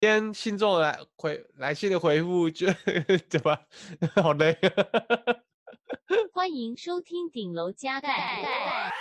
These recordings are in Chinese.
今天信众来信的回复就怎么好累欢迎收听顶楼加盖。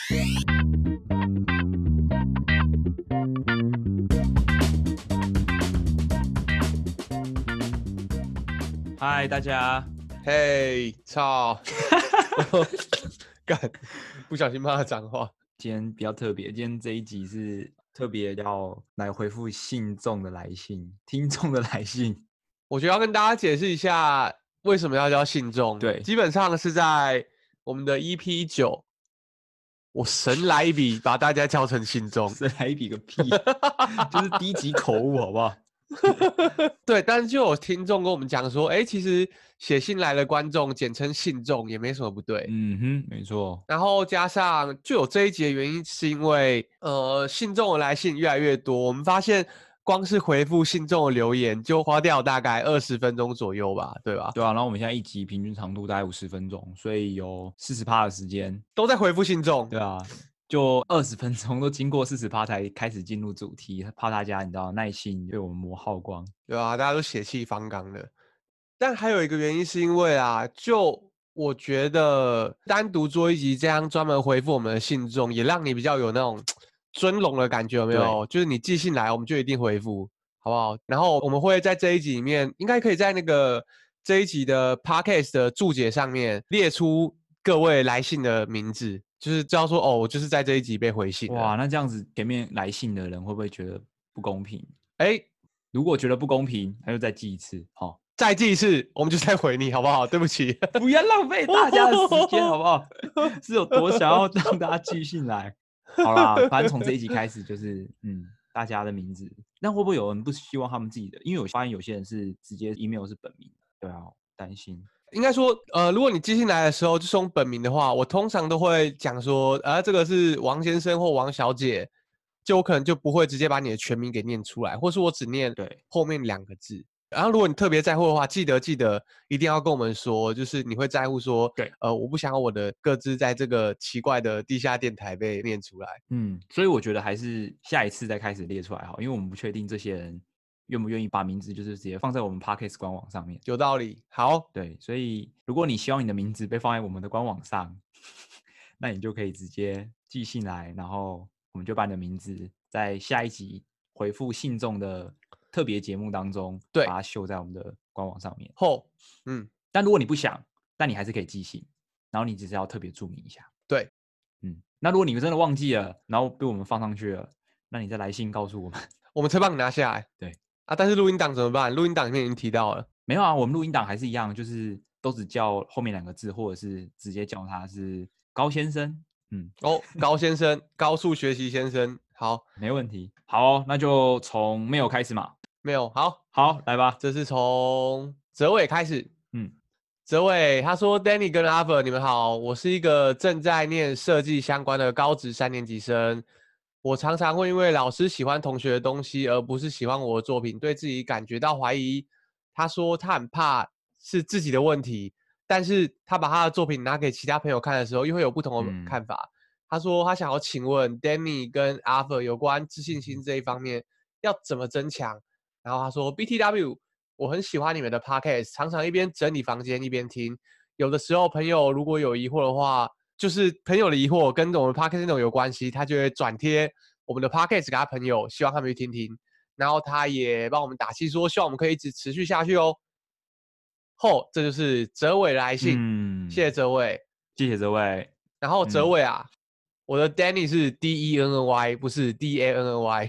嗨，大家， 嘿，操！干，不小心骂了脏话。 今天比较特别，今天这一集是特别要来回复信众的来信，听众的来信。 我觉得要跟大家解释一下为什么要叫信众。 对， 基本上是在我们的 EP9，我神来一笔把大家叫成信众。 神来一笔个屁，就是低级口误，好不好？ 对，但是就有听众跟我们讲说，其实写信来的观众简称信众也没什么不对。 嗯哼，没错。 然后加上就有这一集的原因，是因为信众的来信越来越多，我们发现光是回复信众的留言就花掉大概20分钟左右吧，对吧？ 对啊，然后我们现在一集平均长度大概50分钟，所以有40%的时间都在回复信众。 对啊，就20分钟都经过40%才开始进入主题，怕大家你知道耐性被我们磨耗光。 对啊，大家都血气方刚的。但还有一个原因是因为就我觉得单独做一集这样专门回复我们的信众，也让你比较有那种尊荣的感觉，有没有？就是你寄信来，我们就一定回复，好不好？然后我们会在这一集里面，应该可以在那个这一集的 podcast 的注解上面列出各位来信的名字，就是知道说我就是在这一集被回信了。 哇，那这样子前面来信的人会不会觉得不公平？ 如果觉得不公平，那就再寄一次， 再寄一次，我们就再回你，好不好？对不起， 不要浪费大家的时间，好不好？是有多想要让大家寄信来？好啦，反正从这一集开始就是大家的名字。那会不会有人不希望他们自己的？因为我发现有些人是直接 email 是本名，对啊，担心。 应该说，如果你寄信来的时候就是用本名的话，我通常都会讲说，这个是王先生或王小姐，就我可能就不会直接把你的全名给念出来，或是我只念后面2个字。然后如果你特别在乎的话，记得一定要跟我们说，就是你会在乎说，我不想要我的个资在这个奇怪的地下电台被念出来。 所以我觉得还是下一次再开始列出来好，因为我们不确定这些人愿不愿意把名字就是直接放在我们 Podcast 官网上面。 有道理。好， 对，所以如果你希望你的名字被放在我们的官网上，那你就可以直接寄信来，然后我们就把你的名字在下一集回复信众的特别节目当中，把它秀在我们的官网上面。 但如果你不想，但你还是可以寄信，然后你只是要特别注明一下。 对， 那如果你真的忘记了，然后被我们放上去了，那你再来信告诉我们， 我们才帮你拿下来。 对但是录音档怎么办？录音档里面已经提到了。 没有啊，我们录音档还是一样，就是都只叫后面2个字，或者是直接叫他是高先生。 高先生，高速学习先生。好， 没问题。好，那就从没有开始嘛。 没有， 好，来吧。 这是从泽伟开始。泽伟他说 ：“Danny 跟 Arthur 你们好，我是一个正在念设计相关的高职3年级生。我常常会因为老师喜欢同学的东西，而不是喜欢我的作品，对自己感觉到怀疑。他说他很怕是自己的问题，但是他把他的作品拿给其他朋友看的时候，又会有不同的看法。他说他想要请问 Danny 跟 Arthur 有关自信心这一方面要怎么增强。然后他说 BTW。”我很喜欢你们的 podcast， 常常一边整理房间一边听。有的时候朋友如果有疑惑的话，就是朋友的疑惑跟我们 podcast 内容有关系，他就会转贴我们的 podcast 给他朋友，希望他们去听听。然后他也帮我们打气说，希望我们可以一直持续下去哦。这就是泽伟来信，谢谢泽伟， 谢谢泽伟。 然后泽伟我的 Danny 是 DENNY， 不是 DANNY。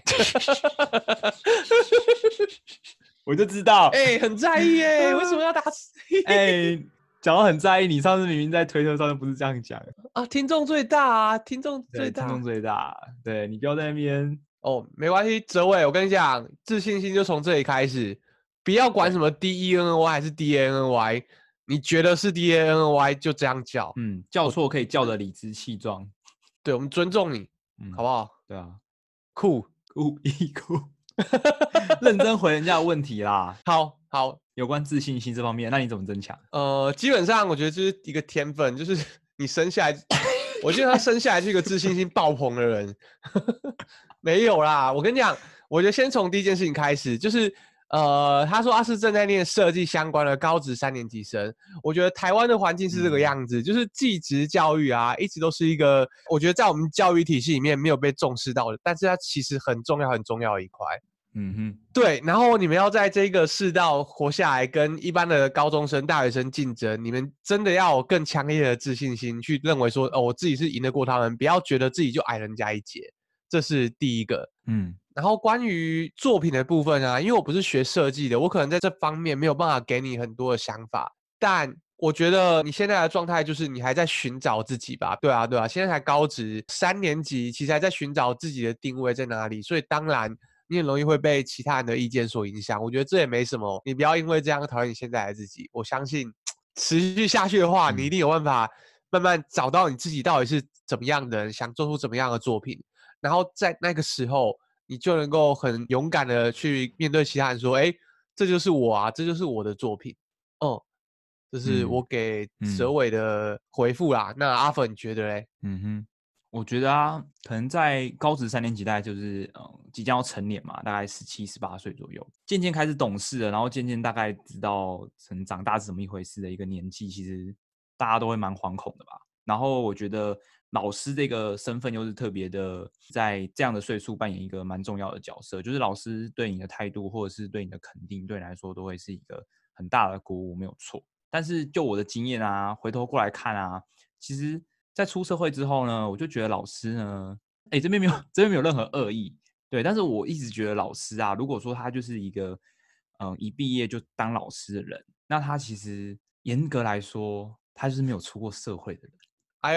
我就知道， 很在意为什么要打讲到很在意，你上次明明在推特上面不是这样讲听众最大听众最大，对，你不要在那边没关系，泽伟，我跟你讲，自信心就从这里开始，不要管什么 DENNY 还是 DANNY， 你觉得是 DANNY 就这样叫， 叫错可以叫得理直气壮， 对，我们尊重你，好不好？ 对啊， 酷， 认真回人家的问题啦。 好， 有关自信心这方面，那你怎么增强？ 基本上我觉得就是一个天分，就是你生下来，我觉得他生下来是一个自信心爆棚的人。没有啦，我跟你讲， 我觉得先从第一件事情开始，就是他说他是正在念设计相关的高职3年级生。我觉得台湾的环境是这个样子，就是技职教育啊，一直都是一个我觉得在我们教育体系里面没有被重视到的，但是它其实很重要很重要的一块。对，然后你们要在这个世道活下来，跟一般的高中生、大学生竞争，你们真的要有更强烈的自信心，去认为说，我自己是赢得过他们，不要觉得自己就矮人家一截，这是第一个。然后关于作品的部分啊，因为我不是学设计的，我可能在这方面没有办法给你很多的想法，但我觉得你现在的状态就是你还在寻找自己吧。对啊，现在才高职3年级，其实还在寻找自己的定位在哪里，所以当然你很容易会被其他人的意见所影响。我觉得这也没什么，你不要因为这样讨厌你现在的自己。我相信持续下去的话，你一定有办法慢慢找到你自己到底是怎么样的人，想做出怎么样的作品，然后在那个时候你就能够很勇敢的去面对其他人说，这就是我啊，这就是我的作品。这是我给哲伟的回复啦。那阿粉你觉得嘞？ 我觉得啊，可能在高职3年级，大概就是即将要成年嘛，大概17、18岁左右，渐渐开始懂事了，然后渐渐大概知道长大是怎么一回事的一个年纪，其实大家都会蛮惶恐的吧。然后我觉得老师这个身份又是特别的，在这样的岁数扮演一个蛮重要的角色，就是老师对你的态度或者是对你的肯定，对你来说都会是一个很大的鼓舞，没有错。但是就我的经验啊，回头过来看啊，其实在出社会之后呢，我就觉得老师呢，这边没有任何恶意，对，但是我一直觉得老师啊，如果说他就是一个一毕业就当老师的人，那他其实严格来说，他就是没有出过社会的人。 哎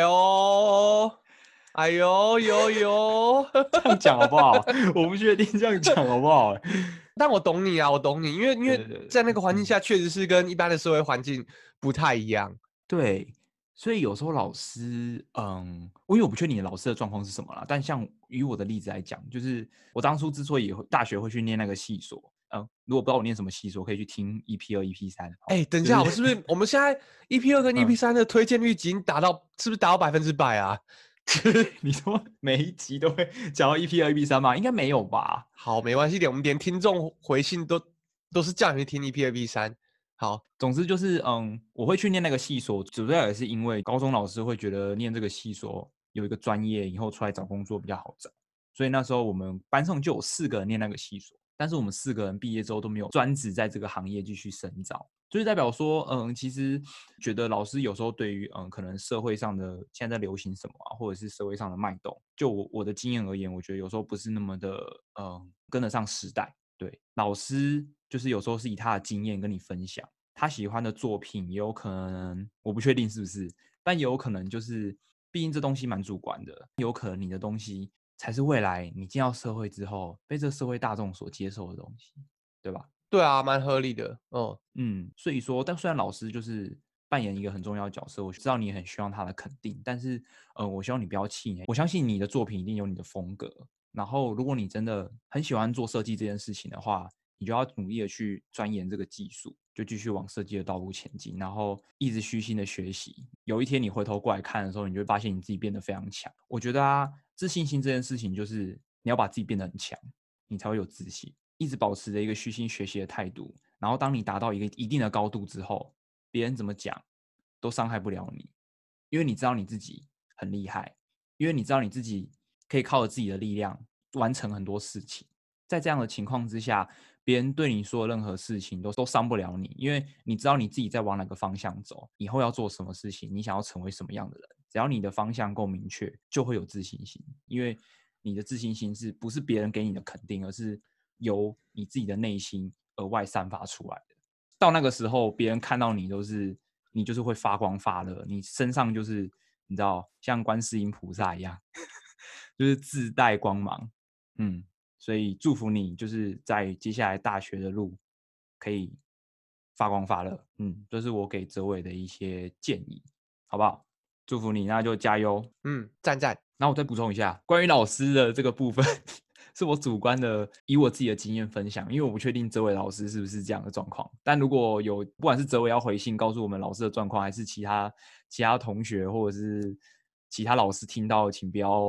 呦，有， 这样讲好不好？我不确定这样讲好不好。 但我懂你啊，我懂你，因为在那个环境下，确实是跟一般的社会环境不太一样。 对，所以有时候老师，因为我不确定你的老师的状况是什么啦，但像以我的例子来讲，就是我当初之所以大学会去念那个系所，如果不知道我念什么系所，可以去听 EP2、EP3。 等一下，我是不是我们现在 EP2跟 EP3的推荐率已经达到，是不是达到100%啊？ 你说每一集都会讲到 EP2、EP3吗？应该没有吧？ 好，没关系，我们连听众回信都是叫你去听 EP2、EP3。好， 总之就是我会去念那个系所，主要也是因为高中老师会觉得念这个系所有一个专业，以后出来找工作比较好找，所以那时候我们班上就有4个人念那个系所，但是我们4个人毕业之后都没有专职在这个行业继续深造，就是代表说其实觉得老师有时候对于可能社会上的现在在流行什么啊，或者是社会上的脉动，就我的经验而言，我觉得有时候不是那么的跟得上时代。对，老师就是有时候是以他的经验跟你分享，他喜欢的作品也有可能，我不确定是不是，但也有可能就是，毕竟这东西蛮主观的，有可能你的东西才是未来你进到社会之后被这个社会大众所接受的东西，对吧？ 对啊，蛮合理的。 所以说，但虽然老师就是扮演一个很重要的角色，我知道你也很希望他的肯定，但是我希望你不要气馁，我相信你的作品一定有你的风格。然后，如果你真的很喜欢做设计这件事情的话，你就要努力的去钻研这个技术，就继续往设计的道路前进，然后一直虚心的学习。有一天你回头过来看的时候，你就会发现你自己变得非常强。我觉得啊，自信心这件事情就是你要把自己变得很强，你才会有自信。一直保持着一个虚心学习的态度，然后当你达到一个一定的高度之后，别人怎么讲都伤害不了你，因为你知道你自己很厉害，因为你知道你自己可以靠着自己的力量完成很多事情。在这样的情况之下，别人对你说的任何事情都伤不了你，因为你知道你自己在往哪个方向走，以后要做什么事情，你想要成为什么样的人，只要你的方向够明确，就会有自信心。因为你的自信心是不是别人给你的肯定，而是由你自己的内心额外散发出来的。到那个时候，别人看到你你就是会发光发热，你身上就是你知道像观世音菩萨一样，就是自带光芒。所以祝福你，就是在接下来大学的路可以发光发热。这是我给哲伟的一些建议，好不好？祝福你，那就加油。 赞。 然后我再补充一下，关于老师的这个部分，是我主观的，以我自己的经验分享，因为我不确定哲伟老师是不是这样的状况。但如果有，不管是哲伟要回信告诉我们老师的状况，还是其他同学或者是其他老师听到，请不要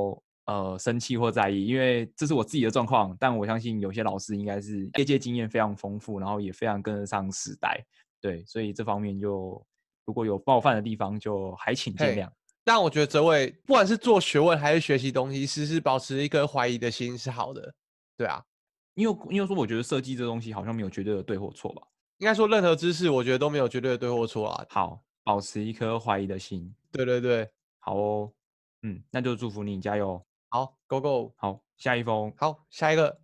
生气或在意，因为这是我自己的状况，但我相信有些老师应该是业界经验非常丰富，然后也非常跟得上时代，对，所以这方面就如果有冒犯的地方，就还请见谅。 但我觉得哲伟不管是做学问还是学习东西，时时保持一颗怀疑的心是好的，对啊。 因为说我觉得设计这东西好像没有绝对的对或错吧， 应该说任何知识我觉得都没有绝对的对或错啊。 好，保持一颗怀疑的心。 对对对， 好哦，那就祝福你加油。 好 ，Go Go。 好，下一封。 好，下一个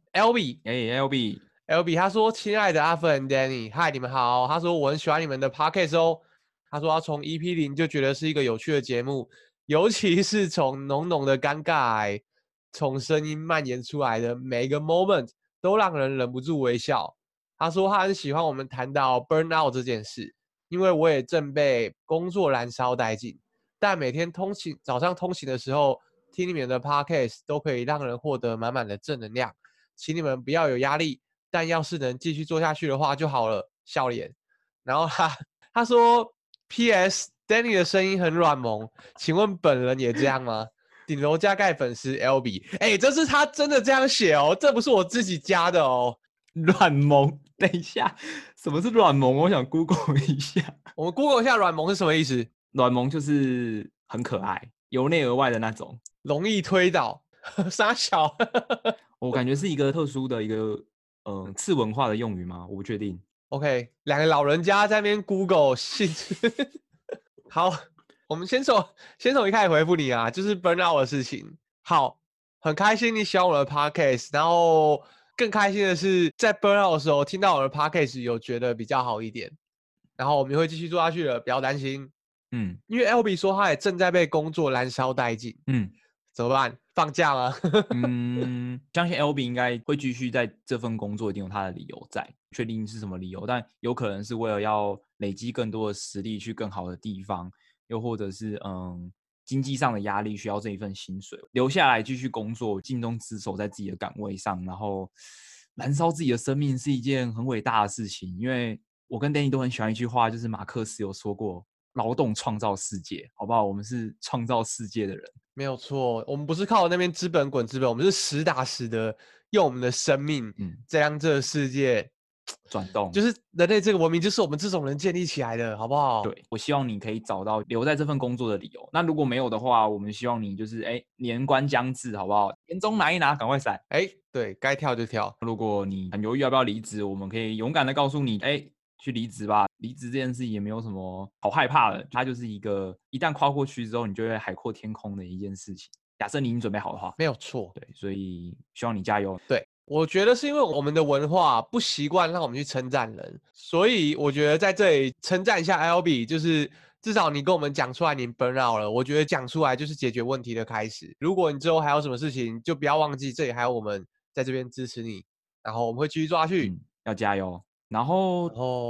LB， 他说：“亲爱的阿芬 Danny， 嗨，你们好。他说我很喜欢你们的 podcast 哦。他说他从 EP0就觉得是一个有趣的节目，尤其是从浓浓的尴尬从声音蔓延出来的每一个 moment 都让人忍不住微笑。他说他很喜欢我们谈到 burnout 这件事，因为我也正被工作燃烧殆尽，但每天早上通勤的时候听你们的 podcast 都可以让人获得满满的正能量，请你们不要有压力。”但要是能继续做下去的话就好了，笑脸。然后他说 ，P.S. Danny 的声音很软萌，请问本人也这样吗？顶楼加盖粉丝 LB， 这是他真的这样写哦，这不是我自己加的哦。 软萌，等一下，什么是软萌？我想 Google 一下。 我们 Google 一下软萌是什么意思？ 软萌就是很可爱，由内而外的那种， 容易推倒，傻小。 我感觉是一个特殊的一个次文化的用语吗？我不确定。 OK， 两个老人家在那边 Google 信。好，我们先从一开始回复你啊，就是 burnout 的事情。好，很开心你喜欢我的 podcast， 然后更开心的是在 burnout 的时候听到我的 podcast 有觉得比较好一点，然后我们会继续做下去的，不要担心。因为 LB 说他也正在被工作燃烧殆尽，怎么办？放假吗？ 相信 LB 应该会继续在这份工作，一定有他的理由在，确定是什么理由，但有可能是为了要累积更多的实力去更好的地方，又或者是经济上的压力需要这一份薪水，留下来继续工作，尽忠职守在自己的岗位上，然后燃烧自己的生命是一件很伟大的事情。因为我跟 Danny 都很喜欢一句话，就是马克思有说过，劳动创造世界，好不好？我们是创造世界的人。 没有错，我们不是靠那边资本滚资本，我们是实打实的用我们的生命，再让这个世界转动， 就是人类这个文明，就是我们这种人建立起来的，好不好？ 对，我希望你可以找到留在这份工作的理由。那如果没有的话，我们希望你就是年关将至，好不好？年终拿一拿，赶快闪。 对，该跳就跳。 如果你很犹豫要不要离职，我们可以勇敢的告诉你，去离职吧。离职这件事也没有什么好害怕的，它就是一个一旦跨过去之后，你就会海阔天空的一件事情。假设你已经准备好的话， 没有错。 对，所以希望你加油。 对，我觉得是因为我们的文化不习惯让我们去称赞人，所以我觉得在这里称赞一下 LB， 就是至少你跟我们讲出来你 burnout 了，我觉得讲出来就是解决问题的开始。如果你之后还有什么事情，就不要忘记这里还有我们在这边支持你，然后我们会继续做下去。 要加油。然后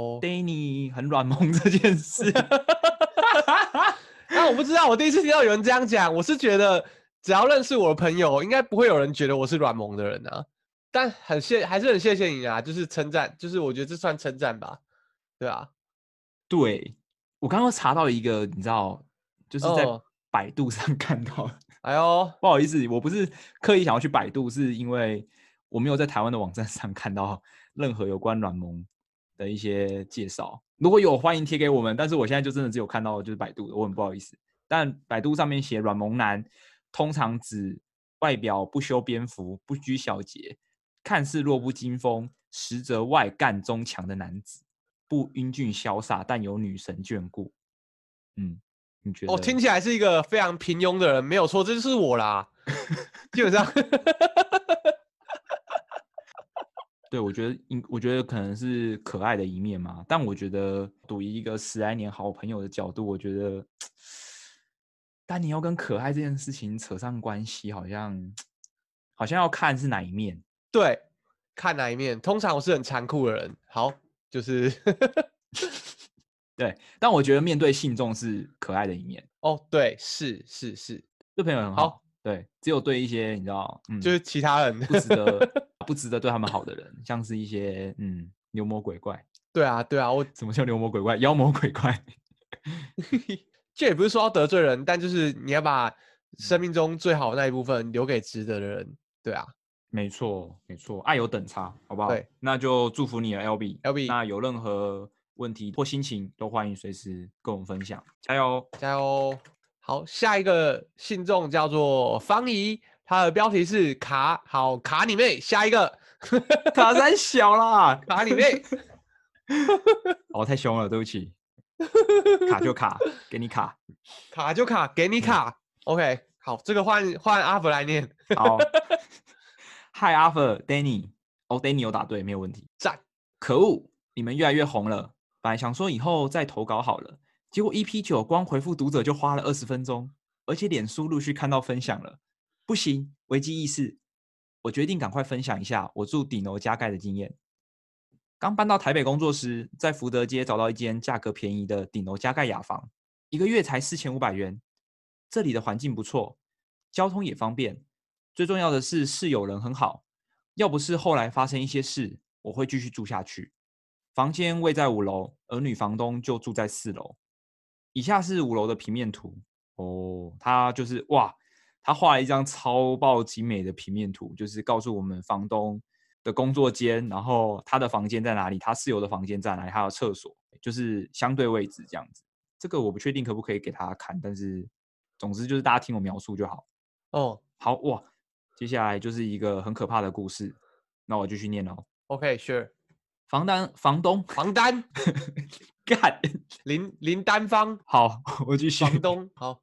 Danny 很软萌这件事， 那我不知道，我第一次听到有人这样讲，我是觉得只要认识我的朋友，应该不会有人觉得我是软萌的人啊。但还是很谢谢你啊，就是称赞，就是我觉得这算称赞吧，对啊。 对，我刚刚查到一个，你知道，就是在百度上看到。 哎呦， 不好意思，我不是刻意想要去百度，是因为我没有在台湾的网站上看到任何有关软萌的一些介绍。如果有，欢迎贴给我们。但是我现在就真的只有看到就是百度的，我很不好意思。但百度上面写软萌男，通常指外表不修边幅、不拘小节，看似弱不禁风，实则外干中强的男子，不英俊潇洒，但有女神眷顾。你觉得？ 听起来是一个非常平庸的人，没有错，这就是我啦。基本上， 对，我觉得可能是可爱的一面嘛。但我觉得，读一个10来年好朋友的角度，我觉得，但你要跟可爱这件事情扯上关系，好像要看是哪一面。 对，看哪一面。通常我是很残酷的人，好，就是对。但我觉得面对信众是可爱的一面。 对，是， 对朋友很好。对，只有对一些你知道， 就是其他人不值得对他们好的人，像是一些牛魔鬼怪。 对啊， 什么叫牛魔鬼怪？妖魔鬼怪。 这也不是说要得罪人，但就是你要把生命中最好的那一部分留给值得的人。对啊， 没错，没错，爱有等差，好不好？ 对， 那就祝福你了 ，LB。 LB 那有任何问题或心情，都欢迎随时跟我们分享，加油哦！ 加油！好，下一个信众叫做方怡，他的标题是卡，好卡你妹！下一个卡三小啦， 卡你妹！ 哦，太凶了，对不起。卡就卡，给你卡， 卡就卡，给你卡。OK， 好，这个换阿福来念。 好，Hi Arthur Danny， 哦 Danny 有答对，没有问题。 赞！ 可恶，你们越来越红了。本来想说以后再投稿好了，结果 EP9 光回复读者就花了20分钟，而且脸书陆续看到分享了。不行，危机意识，我决定赶快分享一下我住顶楼加盖的经验。刚搬到台北工作时，在福德街找到一间价格便宜的顶楼加盖雅房，1个月才4500元。这里的环境不错，交通也方便，最重要的是室友人很好。要不是后来发生一些事，我会继续住下去。房间位在5楼，而女房东就住在4楼。以下是5楼的平面图哦，他就是哇，他画了一张超爆精美的平面图，就是告诉我们房东的工作间，然后他的房间在哪里，他室友的房间在哪里，还有厕所，就是相对位置这样子。这个我不确定可不可以给大家看，但是总之就是大家听我描述就好。 哦， 好哇，接下来就是一个很可怕的故事，那我继续念哦。 OK，sure。 房东干林丹芳， 好，我继续。 房东好，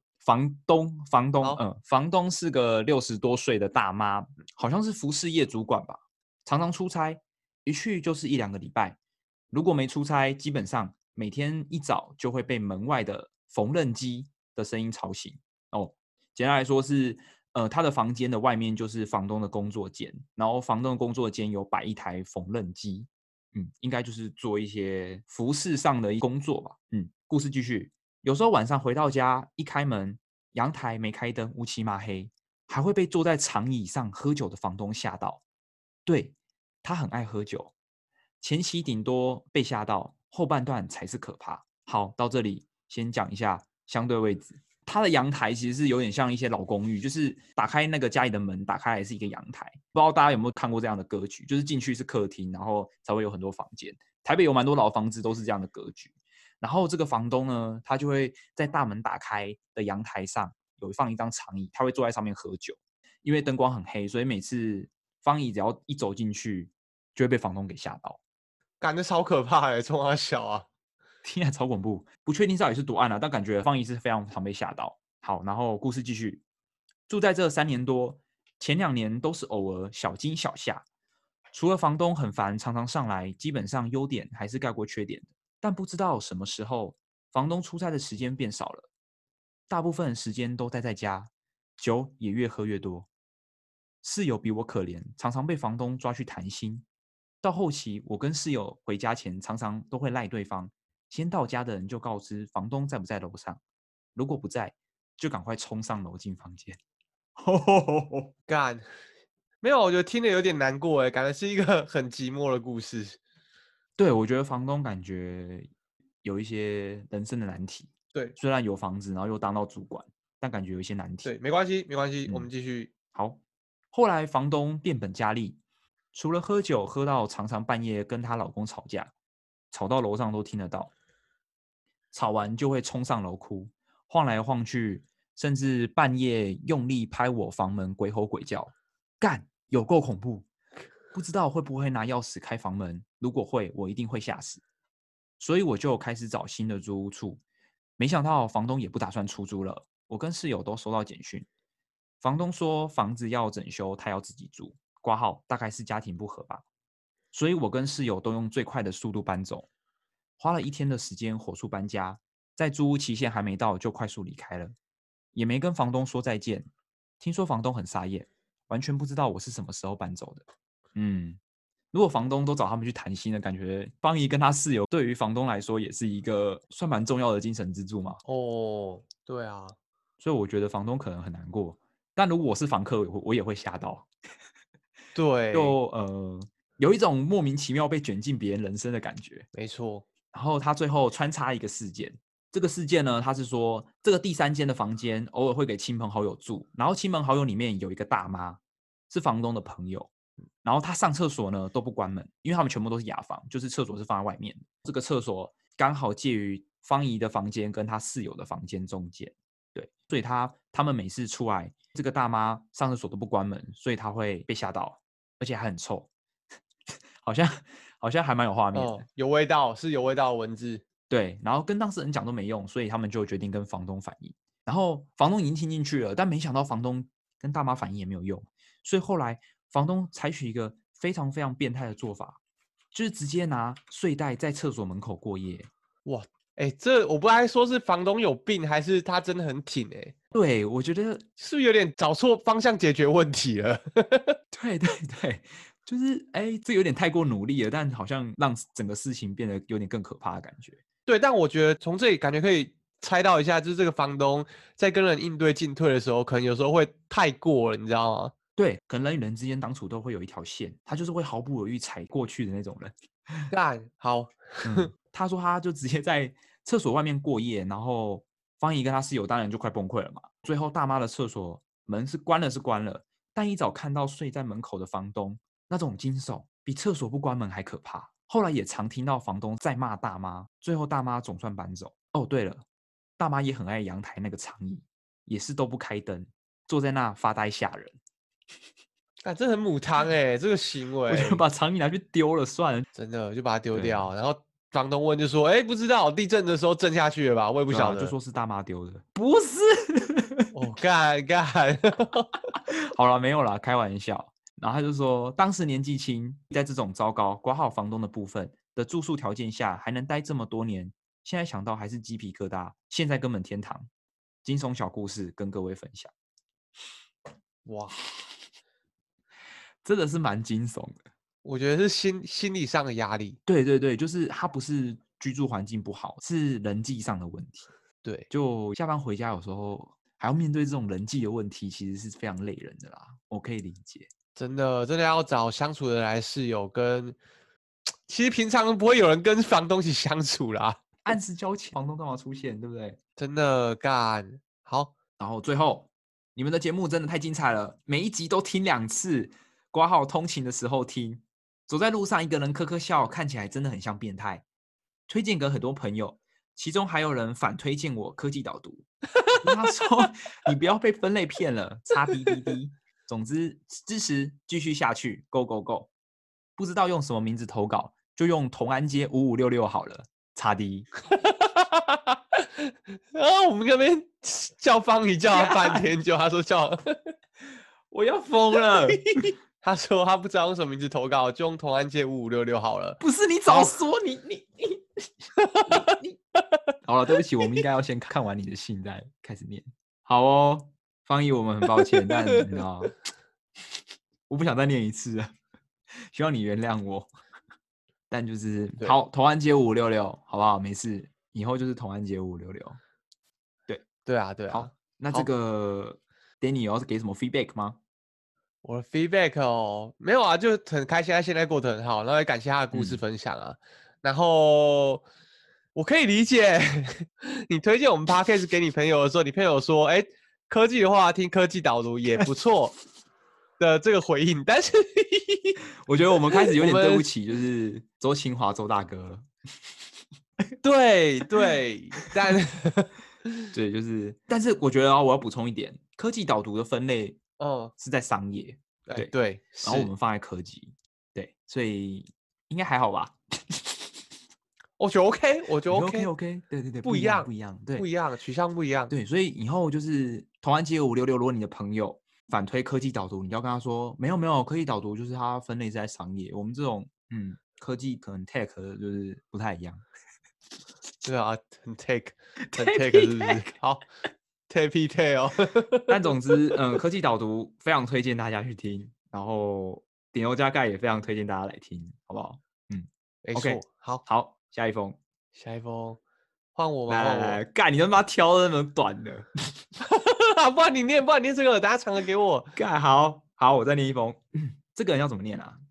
房东是个60多岁的大妈，好像是服饰业主管吧，常常出差，一去就是1-2个礼拜。如果没出差，基本上每天一早就会被门外的缝纫机的声音吵醒。哦，简单来说是，他的房间的外面就是房东的工作间，然后房东的工作间有摆一台缝纫机。应该就是做一些服饰上的工作吧。故事继续。有时候晚上回到家，一开门，阳台没开灯，乌漆嘛黑，还会被坐在长椅上喝酒的房东吓到。对，他很爱喝酒，前期顶多被吓到，后半段才是可怕。好，到这里先讲一下相对位置。它的阳台其实是有点像一些老公寓，就是打开那个家里的门，打开来是一个阳台。不知道大家有没有看过这样的格局，就是进去是客厅，然后才会有很多房间。台北有蛮多老房子都是这样的格局。然后这个房东呢，他就会在大门打开的阳台上有放一张长椅，他会坐在上面喝酒。因为灯光很黑，所以每次方姨只要一走进去，就会被房东给吓到。 感觉超可怕的，冲他小啊！ 听起来超恐怖，不确定到底是多暗啊，但感觉方姨是非常常被吓到。好，然后故事继续。住在这3年多，前2年都是偶尔小惊小吓，除了房东很烦，常常上来，基本上优点还是盖过缺点的。但不知道什么时候，房东出差的时间变少了，大部分时间都待在家，酒也越喝越多。室友比我可怜，常常被房东抓去谈心。到后期，我跟室友回家前，常常都会赖对方。先到家的人就告知房东在不在楼上，如果不在，就赶快冲上楼进房间。 干，没有，我觉得听得有点难过哎，感觉是一个很寂寞的故事。 对，我觉得房东感觉有一些人生的难题。 对， 虽然有房子，然后又当到主管，但感觉有一些难题。 对，没关系，没关系，我们继续。 好，后来房东变本加厉，除了喝酒，喝到常常半夜跟她老公吵架，吵到楼上都听得到。吵完就会冲上楼哭，晃来晃去，甚至半夜用力拍我房门，鬼吼鬼叫，干，有够恐怖。不知道会不会拿钥匙开房门，如果会，我一定会吓死。所以我就开始找新的租屋处，没想到房东也不打算出租了。我跟室友都收到简讯，房东说房子要整修，他要自己住，挂号大概是家庭不和吧。所以我跟室友都用最快的速度搬走，花了1天的时间火速搬家，在租屋期限还没到就快速离开了，也没跟房东说再见。听说房东很傻眼，完全不知道我是什么时候搬走的。如果房东都找他们去谈心的感觉，方姨跟他室友对于房东来说也是一个算蛮重要的精神支柱嘛。 哦，对啊， 所以我觉得房东可能很难过，但如果我是房客，我也会吓到。 对， 就有一种莫名其妙被卷进别人人生的感觉。 没错。 然后他最后穿插一个事件， 这个事件呢，他是说这个第3间的房间偶尔会给亲朋好友住，然后亲朋好友里面有一个大妈是房东的朋友，然后他上厕所呢都不关门，因为他们全部都是雅房，就是厕所是放在外面的。这个厕所刚好介于方怡的房间跟他室友的房间中间，对，所以他们每次出来，这个大妈上厕所都不关门，所以他会被吓到，而且还很臭，好像还蛮有画面的， 有味道，是有味道的文字。 对，然后跟当事人讲都没用，所以他们就决定跟房东反映。然后房东已经听进去了，但没想到房东跟大妈反映也没有用，所以后来房东采取一个非常非常变态的做法，就是直接拿睡袋在厕所门口过夜。 哇，这我不知道说是房东有病，还是他真的很挺对，我觉得是不是有点找错方向解决问题了？ 对对对，就是这有点太过努力了，但好像让整个事情变得有点更可怕的感觉。 对，但我觉得从这里感觉可以猜到一下，就是这个房东在跟人应对进退的时候，可能有时候会太过了，你知道吗？ 对，可能人与人之间当初都会有一条线，他就是会毫不犹豫踩过去的那种人。 干好， 他说他就直接在厕所外面过夜，然后方怡跟他室友当然就快崩溃了嘛。最后大妈的厕所门是关了，但一早看到睡在门口的房东，那种惊悚比厕所不关门还可怕。后来也常听到房东在骂大妈，最后大妈总算搬走。哦，对了，大妈也很爱阳台那个长椅，也是都不开灯，坐在那发呆吓人。 这很母汤这个行为， 我就把长椅拿去丢了算了， 真的就把它丢掉。然后房东问就说：“不知道地震的时候震下去了吧？我也不晓得。 就说是大妈丢的，不是。 哦，干， 好了，没有啦，开玩笑。然后他就说，当时年纪轻，在这种糟糕挂号房东的部分的住宿条件下，还能待这么多年，现在想到还是鸡皮疙瘩。现在根本天堂，惊悚小故事跟各位分享。 哇， 真的是蛮惊悚的。 我觉得是心理上的压力。 对对对，就是他不是居住环境不好，是人际上的问题。 对， 就下班回家有时候还要面对这种人际的问题，其实是非常累人的啦。我可以理解。 真的要找相处的来室友跟，其实平常不会有人跟房东一起相处啦。 按时交钱，房东干嘛出现，对不对？ 真的干好。 然后最后，你们的节目真的太精彩了，每一集都听2次，挂号通勤的时候听，走在路上一个人呵呵笑，看起来真的很像变态。推荐给很多朋友，其中还有人反推荐我科技导读，跟他说你不要被分类骗了，擦滴滴滴。总之支持继续下去 ，Go Go Go！ 不知道用什么名字投稿，就用同安街5566好了，擦滴。 我们那边叫方怡叫他半天，就他说叫， 我要疯了。 他说他不知道用什么名字投稿，就用同安街5566好了。 不是你早说你。好了，对不起，我们应该要先看完你的信再开始念。好哦，方怡，我们很抱歉，但你知道，我不想再念一次了，希望你原谅我。但就是好，同安街5566，好不好？没事，以后就是同安街5566。 对啊。 好，那这个 Danny 要是给什么 feedback 吗？ 我的 feedback 没有啊，就很开心，他现在过得很好，然后也感谢他的故事分享啊。然后我可以理解你推荐我们 podcast 给你朋友的时候，你朋友说，科技的话听科技导读也不错的这个回应，但是我觉得我们开始有点对不起，就是周清华周大哥了。 对，但对，就是，但是我觉得我要补充一点，科技导读的分类，是在商业， 对， 然后我们放在科技，对，所以应该还好吧？ 我觉得 OK， 我觉得 OK， 对， 不一样， 对， 不一样，取向不一样， 对，所以以后就是同安街566，如果你的朋友反推科技导读，你要跟他说，没有，科技导读就是它分类是在商业，我们这种科技可能 tech 的就是不太一样。 对啊，很 take 是不是？好 ，take 哦。 但总之，科技导读非常推荐大家去听，然后顶楼加盖也非常推荐大家来听，好不好？ 没错。 OK，好，下一封换我吗？ 来，盖，你他妈挑的那么短的， 不然你念这个，大家长的给我。 盖，好，我再念一封。这个人要怎么念啊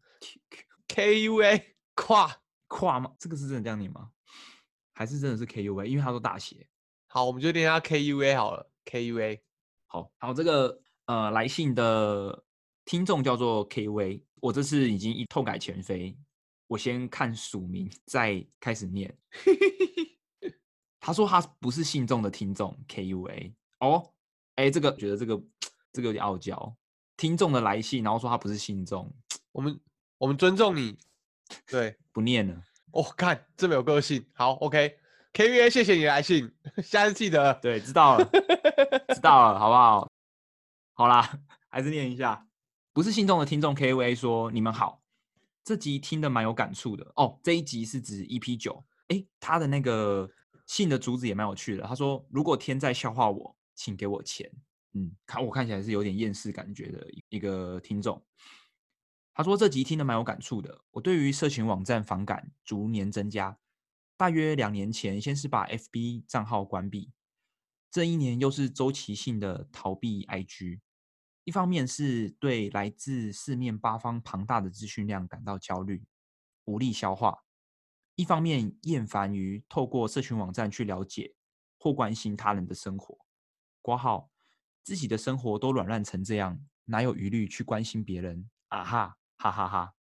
？KUA 跨吗？这个是真的这样念吗？还是真的是 KUA？因为他说大写。 好，我们就念下 KUA 好了，KUA。 好，这个来信的听众叫做 KUA， 我这次已经透改前非，我先看署名再开始念。他说他不是信众的听众 KUA 哦，这个觉得这个有点傲娇，听众的来信，然后说他不是信众， 我们尊重你，对， 不念了。 哦，看这么有个性，好 ，OK，KUA，谢谢你的来信，下次记得。 对，知道了，知道了，好不好？好啦，还是念一下。不是信众的听众 KUA 说：“你们好，这集听得蛮有感触的哦。这一集是指 EP9，他的那个信的主旨也蛮有趣的。他说：如果天在笑话我，请给我钱。我看起来是有点厌世感觉的一个听众。他说这集听得蛮有感触的。我对于社群网站反感逐年增加，大约2年前，先是把 FB 账号关闭，这一年又是周期性的逃避 IG。一方面是对来自四面八方庞大的资讯量感到焦虑，无力消化；一方面厌烦于透过社群网站去了解或关心他人的生活。括号自己的生活都软烂成这样，哪有余力去关心别人？啊哈，哈哈哈。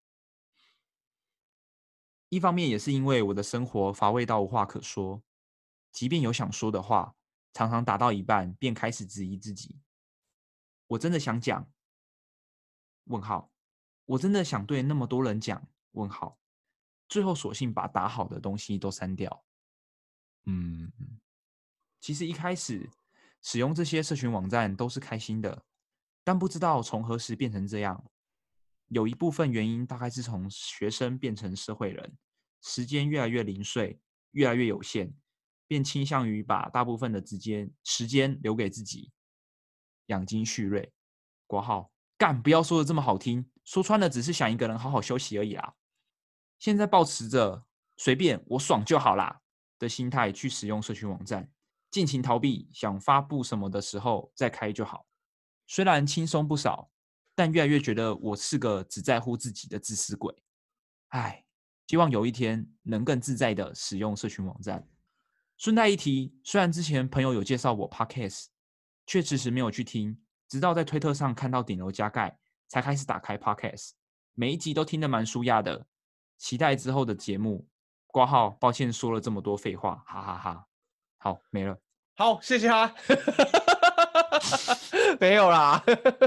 一方面也是因为我的生活乏味到无话可说，即便有想说的话，常常打到一半便开始质疑自己。我真的想讲？问号。我真的想对那么多人讲？问号。最后索性把打好的东西都删掉。其实一开始使用这些社群网站都是开心的，但不知道从何时变成这样。有一部分原因大概是从学生变成社会人，时间越来越零碎，越来越有限，便倾向于把大部分的时间留给自己，养精蓄锐。括号干，不要说的这么好听，说穿了只是想一个人好好休息而已啦。现在抱持着随便我爽就好啦的心态去使用社群网站，尽情逃避，想发布什么的时候再开就好。虽然轻松不少，但越来越觉得我是个只在乎自己的自私鬼。唉，希望有一天能更自在的使用社群网站。顺带一提，虽然之前朋友有介绍我 Podcast， 却迟迟没有去听，直到在推特上看到顶楼加盖，才开始打开 Podcast， 每一集都听得蛮舒压的。期待之后的节目。挂号，抱歉说了这么多废话，哈哈哈。好，没了。 好，谢谢他。没有啦。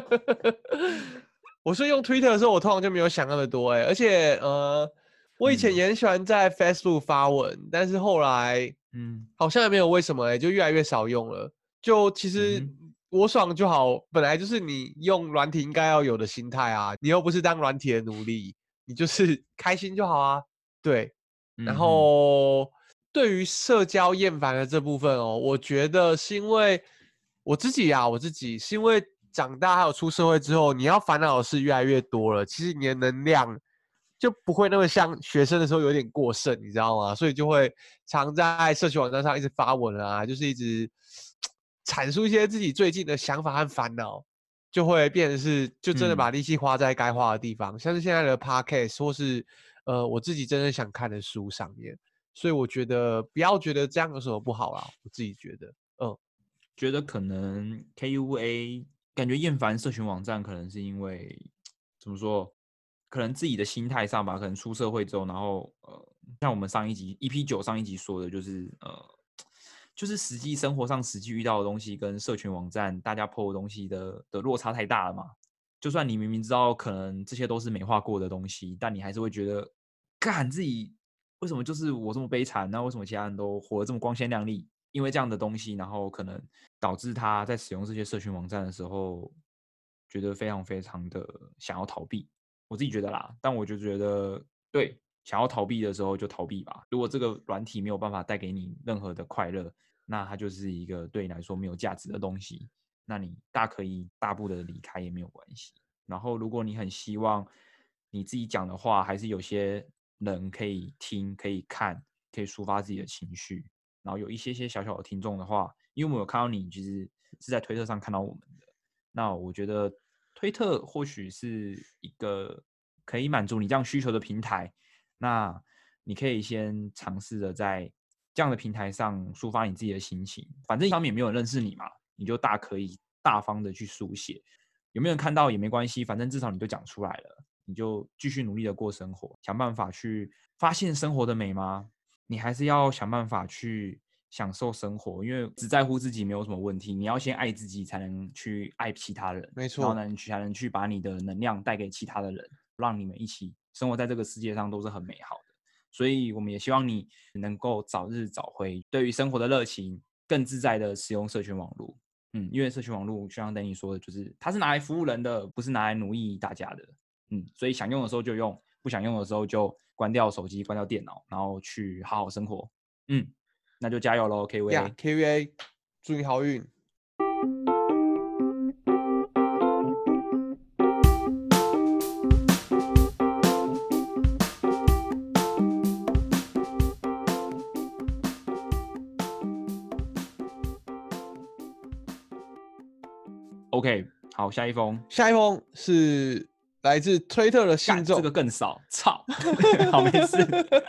我是用 Twitter 的时候，我通常就没有想那么多而且我以前也很喜欢在 Facebook 发文，但是后来好像也没有为什么就越来越少用了。就其实我爽就好，本来就是你用软体应该要有的心态啊，你又不是当软体的奴隶，你就是开心就好啊。对，然后对于社交厌烦的这部分我觉得是因为我自己是因为长大还有出社会之后，你要烦恼的事越来越多了，其实你的能量就不会那么像学生的时候有点过剩，你知道吗？所以就会常在社群网站上一直发文啊，就是一直阐述一些自己最近的想法和烦恼，就会变成是就真的把力气花在该花的地方，像是现在的 podcast 或是我自己真正想看的书上面。所以我觉得不要觉得这样有什么不好啦，我自己觉得， 觉得可能 KUA 感觉厌烦社群网站，可能是因为怎么说？可能自己的心态上吧，可能出社会之后，然后像我们上一集 EP9上一集说的，就是实际生活上实际遇到的东西跟社群网站大家 po 的东西的落差太大了嘛。就算你明明知道可能这些都是美化过的东西，但你还是会觉得，干自己为什么就是我这么悲惨？那为什么其他人都活得这么光鲜亮丽？因为这样的东西，然后可能导致他在使用这些社群网站的时候，觉得非常非常的想要逃避。我自己觉得啦，但我就觉得，对，想要逃避的时候就逃避吧。如果这个软体没有办法带给你任何的快乐，那它就是一个对你来说没有价值的东西。那你大可以大步的离开也没有关系。然后，如果你很希望你自己讲的话，还是有些人可以听、可以看、可以抒发自己的情绪，然后有一些小小的听众的话，因为我有看到你其实是在推特上看到我们的，那我觉得推特或许是一个可以满足你这样需求的平台。那你可以先尝试着在这样的平台上抒发你自己的心情，反正上面也没有人认识你嘛，你就大可以大方的去书写，有没有人看到也没关系，反正至少你就讲出来了，你就继续努力的过生活，想办法去发现生活的美吗？你还是要想办法去享受生活，因为只在乎自己没有什么问题，你要先爱自己，才能去爱其他人， 没错， 然后呢，才能去把你的能量带给其他的人，让你们一起生活在这个世界上都是很美好的。所以我们也希望你能够早日找回对于生活的热情，更自在的使用社群网络。因为社群网络就像Danny说的，就是它是拿来服务人的，不是拿来奴役大家的。所以想用的时候就用，不想用的时候就关掉手机，关掉电脑，然后去好好生活。那就加油咯 KVA。 祝你好运。 OK， 好，下一封是来自推特的信众， 这个更少，操，好没事。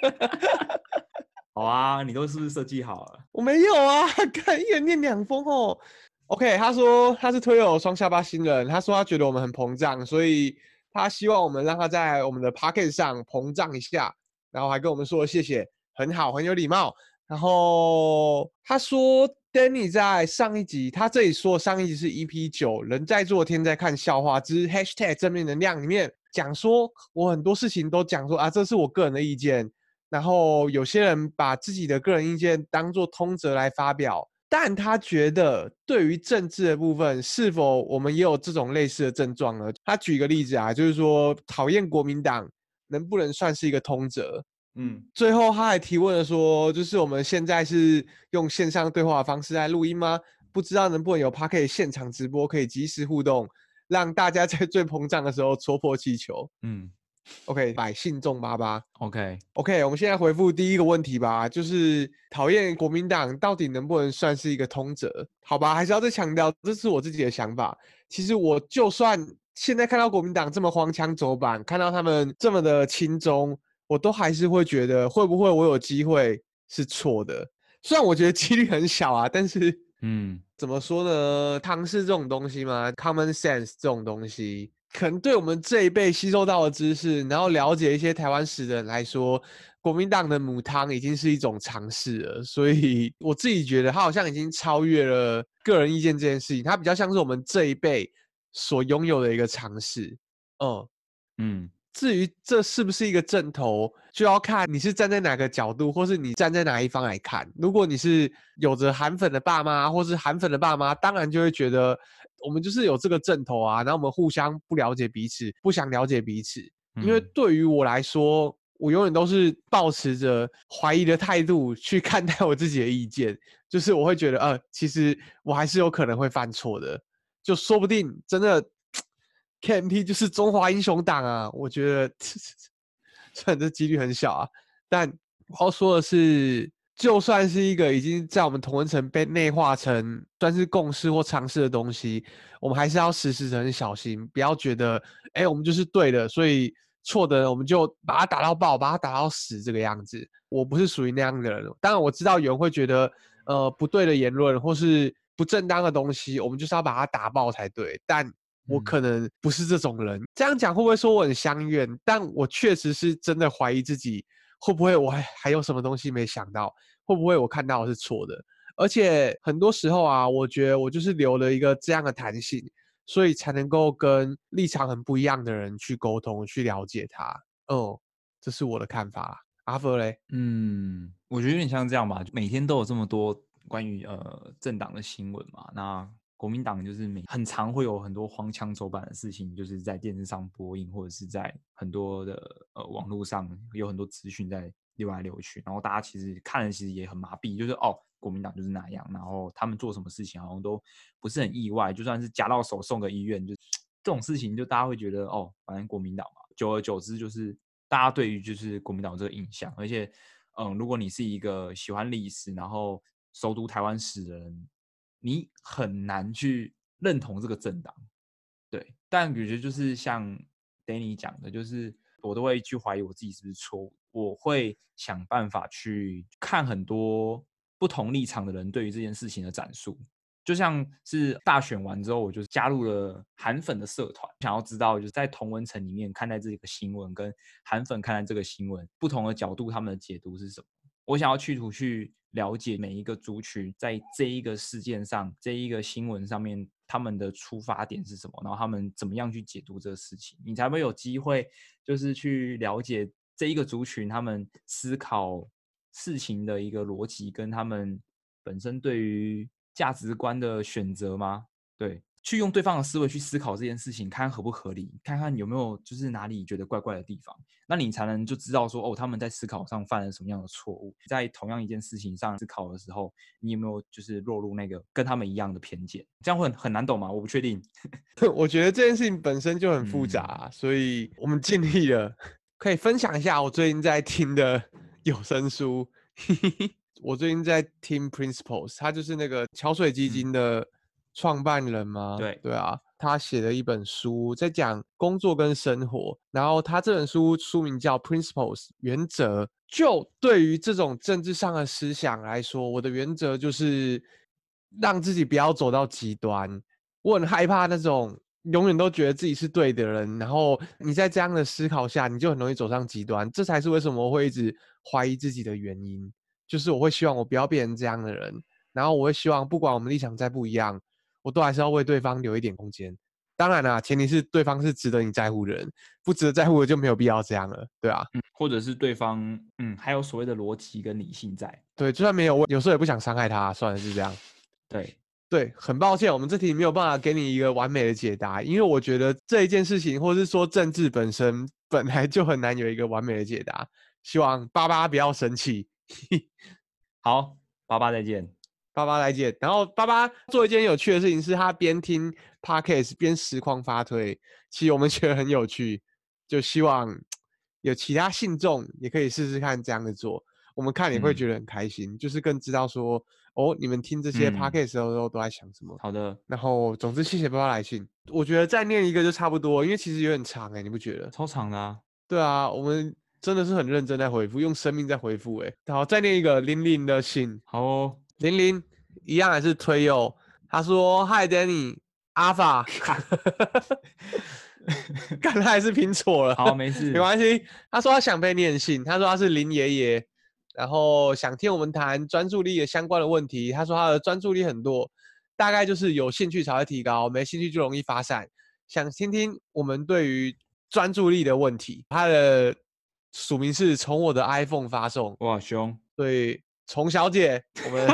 好啊，你都是不是设计好了？ 我没有啊，看一人念2封哦。OK， 他说他是推友双下巴新人，他说他觉得我们很膨胀，所以他希望我们让他在我们的 Podcast 上膨胀一下，然后还跟我们说谢谢，很好，很有礼貌。然后他说 Danny 在上一集，他这里说上一集是 EP9，人在做天在看笑话之 #正面能量里面讲说，我很多事情都讲说啊，这是我个人的意见。然后有些人把自己的个人意见当作通则来发表，但他觉得对于政治的部分，是否我们也有这种类似的症状呢？他举一个例子啊，就是说讨厌国民党能不能算是一个通则？最后他还提问了说，就是我们现在是用线上对话的方式来录音吗？不知道能不能有 Podcast 现场直播，可以即时互动，让大家在最膨胀的时候戳破气球。OK， 百姓众88。OK， 我们现在回复第一个问题吧，就是讨厌国民党到底能不能算是一个通则？好吧，还是要再强调，这是我自己的想法。其实我就算现在看到国民党这么荒腔走板，看到他们这么的亲中，我都还是会觉得，会不会我有机会是错的？虽然我觉得几率很小啊，但是怎么说呢？常识这种东西嘛 ，common sense 这种东西。可能对我们这一辈吸收到的知识，然后了解一些台湾史的人来说，国民党的母汤已经是一种常识了。所以我自己觉得，他好像已经超越了个人意见这件事情，它比较像是我们这一辈所拥有的一个常识。至于这是不是一个正头，就要看你是站在哪个角度，或是你站在哪一方来看。如果你是有着韩粉的爸妈，或是韩粉的爸妈，当然就会觉得我们就是有这个正头啊，然后我们互相不了解彼此，不想了解彼此。因为对于我来说，我永远都是抱持着怀疑的态度去看待我自己的意见，就是我会觉得，其实我还是有可能会犯错的，就说不定真的。KMT 就是中华英雄党啊，我觉得虽然这几率很小啊，但我要说的是，就算是一个已经在我们同温层被内化成算是共识或常识的东西，我们还是要时时很小心，不要觉得我们就是对的，所以错的我们就把它打到爆，把它打到死这个样子。我不是属于那样的人，当然我知道有人会觉得不对的言论或是不正当的东西，我们就是要把它打爆才对，但我可能不是这种人，这样讲会不会说我很相怨？但我确实是真的怀疑自己，会不会我还有什么东西没想到？会不会我看到的是错的？而且很多时候啊，我觉得我就是留了一个这样的弹性，所以才能够跟立场很不一样的人去沟通，去了解他。这是我的看法。阿佛嘞？ 我觉得有点像这样吧，每天都有这么多关于政党的新闻嘛，那国民党就是很常会有很多荒腔走板的事情，就是在电视上播映，或者是在很多的网络上有很多资讯在流来流去，然后大家其实看了其实也很麻痹，就是国民党就是那样，然后他们做什么事情好像都不是很意外，就算是夹到手送个医院，就这种事情就大家会觉得反正国民党嘛，久而久之就是大家对于就是国民党这个印象，而且如果你是一个喜欢历史，然后熟读台湾史的人，你很难去认同这个政党。对，但我觉得就是像 Danny 讲的，就是我都会去怀疑我自己是不是错误。 我会想办法去看很多不同立场的人对于这件事情的展述。就像是大选完之后，我就加入了韩粉的社团，想要知道就是在同温层里面看待这个新闻，跟韩粉看待这个新闻不同的角度，他们的解读是什么。我想要去了解每一个族群在这一个事件上、这一个新闻上面，他们的出发点是什么，然后他们怎么样去解读这个事情，你才会有机会就是去了解这一个族群他们思考事情的一个逻辑，跟他们本身对于价值观的选择吗？对，去用对方的思维去思考这件事情，看看合不合理，看看有没有就是哪里觉得怪怪的地方，那你才能就知道说，哦，他们在思考上犯了什么样的错误，在同样一件事情上思考的时候，你有没有就是落入那个跟他们一样的偏见？这样会很难懂吗？我不确定。 我觉得这件事情本身就很复杂，所以我们尽力了。可以分享一下我最近在听的有声书。我最近在听 Principles， 他就是那个桥水基金的创办人吗？对啊，他写了一本书在讲工作跟生活，然后他这本书书名叫 Principles 原则。就对于这种政治上的思想来说，我的原则就是让自己不要走到极端。我很害怕那种永远都觉得自己是对的人，然后你在这样的思考下，你就很容易走上极端。这才是为什么我会一直怀疑自己的原因，就是我会希望我不要变成这样的人，然后我会希望不管我们立场再不一样，我都还是要为对方留一点空间。当然啦，前提是对方是值得你在乎的人，不值得在乎的就没有必要这样了，对啊， 或者是对方还有所谓的逻辑跟理性在。 对，就算没有，我有时候也不想伤害他，算了，是这样。对，很抱歉，我们这题没有办法给你一个完美的解答，因为我觉得这一件事情，或是说政治本身本来就很难有一个完美的解答。希望爸爸不要生气。 好，爸爸再见。 爸爸再见。然后爸爸做一件有趣的事情，是他边听 Podcast 边实况发推，其实我们觉得很有趣，就希望有其他信众也可以试试看这样的做，我们看也会觉得很开心，就是更知道说哦，你们听这些 Podcast 的时候都在想什么。 好的。 然后总之谢谢爸爸来信，我觉得再念一个就差不多，因为其实有点长你不觉得？ 超长的啊。 对啊，我们真的是很认真在回复，用生命在回复好，再念一个00的信。 好哦。 00一样还是推友，他说 Hi Danny Alpha， 看他还是拼错了。 好，没事， 没关系。他说他想被念信，他说他是林爷爷，然后想听我们谈专注力的相关的问题。他说他的专注力很多，大概就是有兴趣才会提高，没兴趣就容易发散。想听听我们对于专注力的问题。他的署名是从我的 iPhone 发送。 哇，凶。 对，虫小姐，我们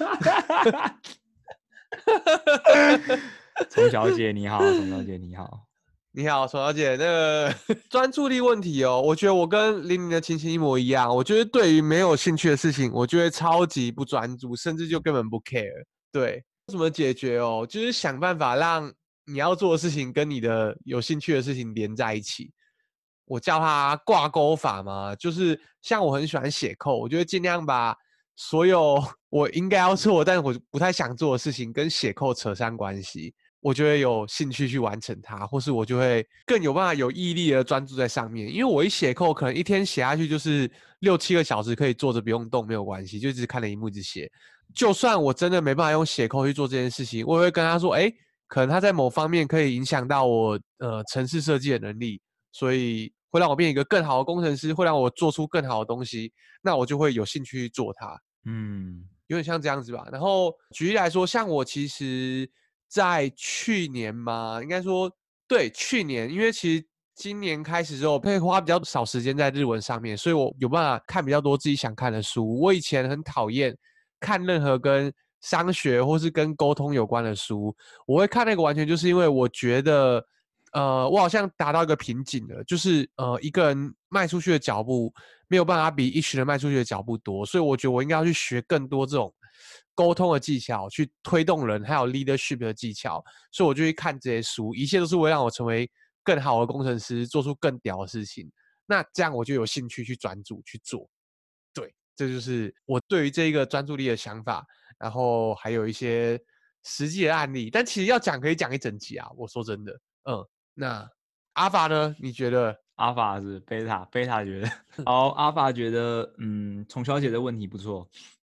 虫小姐你好，虫小姐你好。 你好，虫小姐，那个专注力问题哦，我觉得我跟00的情形一模一样。我觉得对于没有兴趣的事情，我就会超级不专注，甚至就根本不 care。对，怎么解决哦？就是想办法让你要做的事情跟你的有兴趣的事情连在一起。我叫它挂钩法嘛，就是像我很喜欢写code，我就会尽量把所有我应该要做但是我不太想做的事情跟写code扯上关系，我就会有兴趣去完成它，或是我就会更有办法有毅力的专注在上面。因为我一写code可能一天写下去就是6-7个小时，可以坐着不用动没有关系，就一直看着萤幕一直写。就算我真的没办法用写code去做这件事情，我也会跟他说可能他在某方面可以影响到我程式设计的能力，所以会让我变一个更好的工程师，会让我做出更好的东西，那我就会有兴趣去做它。有点像这样子吧。然后举例来说，像我其实在去年嘛，应该说对去年，因为其实今年开始之后会花比较少时间在日文上面，所以我有办法看比较多自己想看的书。我以前很讨厌看任何跟商学或是跟沟通有关的书，我会看那个完全就是因为我觉得我好像达到一个瓶颈了，就是一个人迈出去的脚步没有办法比一群人迈出去的脚步多，所以我觉得我应该要去学更多这种沟通的技巧，去推动人，还有 leadership 的技巧，所以我就去看这些书，一切都是为了让我成为更好的工程师，做出更屌的事情。那这样我就有兴趣去专注去做。对，这就是我对于这一个专注力的想法，然后还有一些实际的案例，但其实要讲可以讲一整集啊，我说真的。那阿法呢？你觉得阿法是贝塔觉得好，阿法觉得虫小姐的问题不错。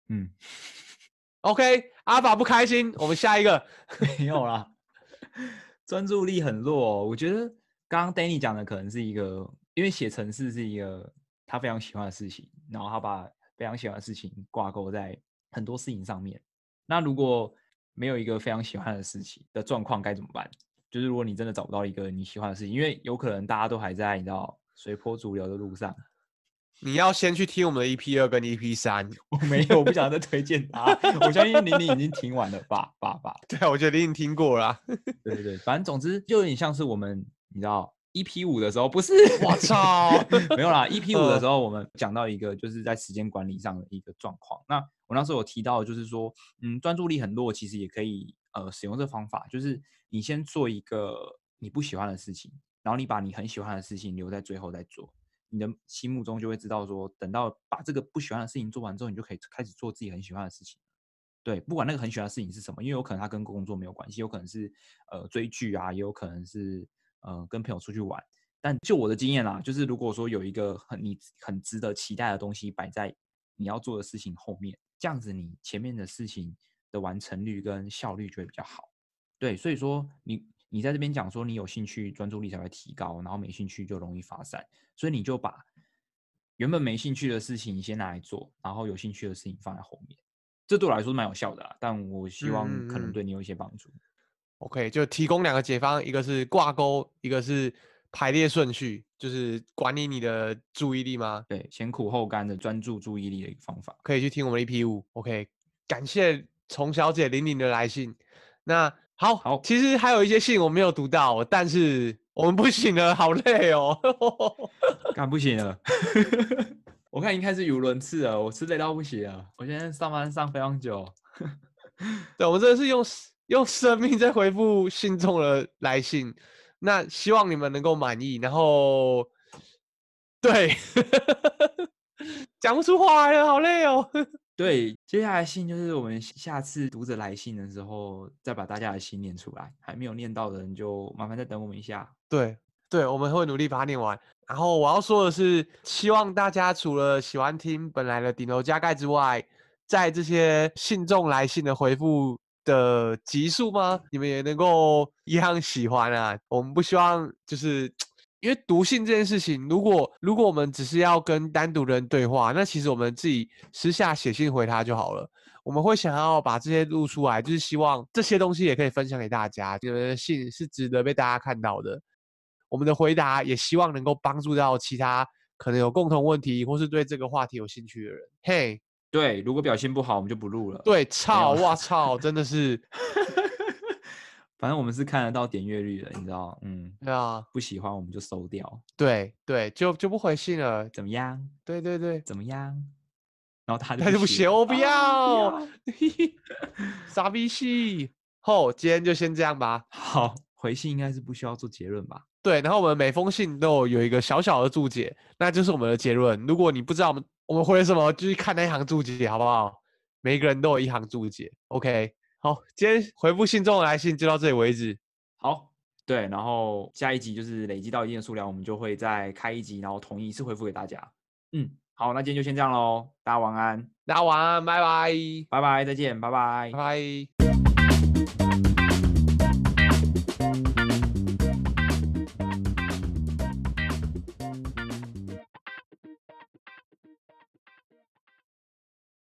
OK， 阿法不开心，我们下一个。 没有啦，专注力很弱。我觉得刚刚 Danny 讲的可能是一个，因为写程式是一个他非常喜欢的事情，然后他把非常喜欢的事情挂钩在很多事情上面。那如果没有一个非常喜欢的事情的状况该怎么办？就是如果你真的找不到一个你喜欢的事情，因为有可能大家都还在你知道随波逐流的路上。 你要先去听我们的 EP2 跟 EP3。 我没有，我不想再推荐他。我相信玲玲已经听完了吧？ 对啊，我觉得玲玲听过了。 对对对，反正总之就有点像是我们你知道 EP5 的时候，不是？ 我操， 没有啦。EP5 的时候，我们讲到一个就是在时间管理上的一个状况。那我那时候有提到，就是说，专注力很弱，其实也可以使用这方法，就是你先做一个你不喜欢的事情，然后你把你很喜欢的事情留在最后再做。你的心目中就会知道说，等到把这个不喜欢的事情做完之后，你就可以开始做自己很喜欢的事情。对，不管那个很喜欢的事情是什么，因为有可能它跟工作没有关系，有可能是追剧啊，也有可能是跟朋友出去玩。但就我的经验啦，就是如果说有一个你很值得期待的东西摆在你要做的事情后面，这样子你前面的事情的完成率跟效率就会比较好。对，所以说你在这边讲说你有兴趣，专注力才会提高，然后没兴趣就容易发散，所以你就把原本没兴趣的事情先拿来做，然后有兴趣的事情放在后面。这对我来说蛮有效的啦，但我希望可能对你有一些帮助。 OK， 就提供2个解方，一个是挂钩，一个是排列顺序，就是管理你的注意力吗？ 对，先苦后甘的专注注意力的一个方法。 可以去听我们的 EP5。OK， 感谢虫小姐玲玲的来信。那好，其实还有一些信我没有读到，但是我们不行了，好累哦。 干不行了。我看已经开始语无伦次了，我是累到不行了。我现在上班上非常久。 对，我们真的是用生命在回复信众的来信，那希望你们能够满意。然后，对，讲不出话来了，好累哦。 对，接下来信就是我们下次读者来信的时候，再把大家的信念出来。还没有念到的人，就麻烦再等我们一下。 对，我们会努力把它念完。然后我要说的是，希望大家除了喜欢听本来的顶楼加盖之外，在这些信众来信的回复的集数吗？你们也能够一样喜欢啊。我们不希望就是因为读信这件事情，如果我们只是要跟单独的人对话，那其实我们自己私下写信回他就好了。我们会想要把这些录出来，就是希望这些东西也可以分享给大家。你们的信是值得被大家看到的。我们的回答也希望能够帮助到其他可能有共同问题或是对这个话题有兴趣的人。嘿， 对，如果表现不好，我们就不录了。 对，哇操，真的是， 反正我们是看得到点阅率的，你知道， 对啊， 不喜欢我们就收掉。 对，就不回信了， 怎么样？ 对， 怎么样？然后他就不写，我不要， 不傻逼戏。后，今天就先这样吧。 好，回信应该是不需要做结论吧？ 对，然后我们每封信都有一个小小的注解，那就是我们的结论。如果你不知道我们回了什么，就去看那一行注解，好不好？每一个人都有一行注解。OK， 好，今天回复信中的来信就到这里为止。 好，对，然后下一集就是累积到一定的数量，我们就会再开一集，然后统一一次回复给大家。好，那今天就先这样咯，大家晚安， 大家晚安，拜拜， 拜拜，再见，拜拜， 拜拜。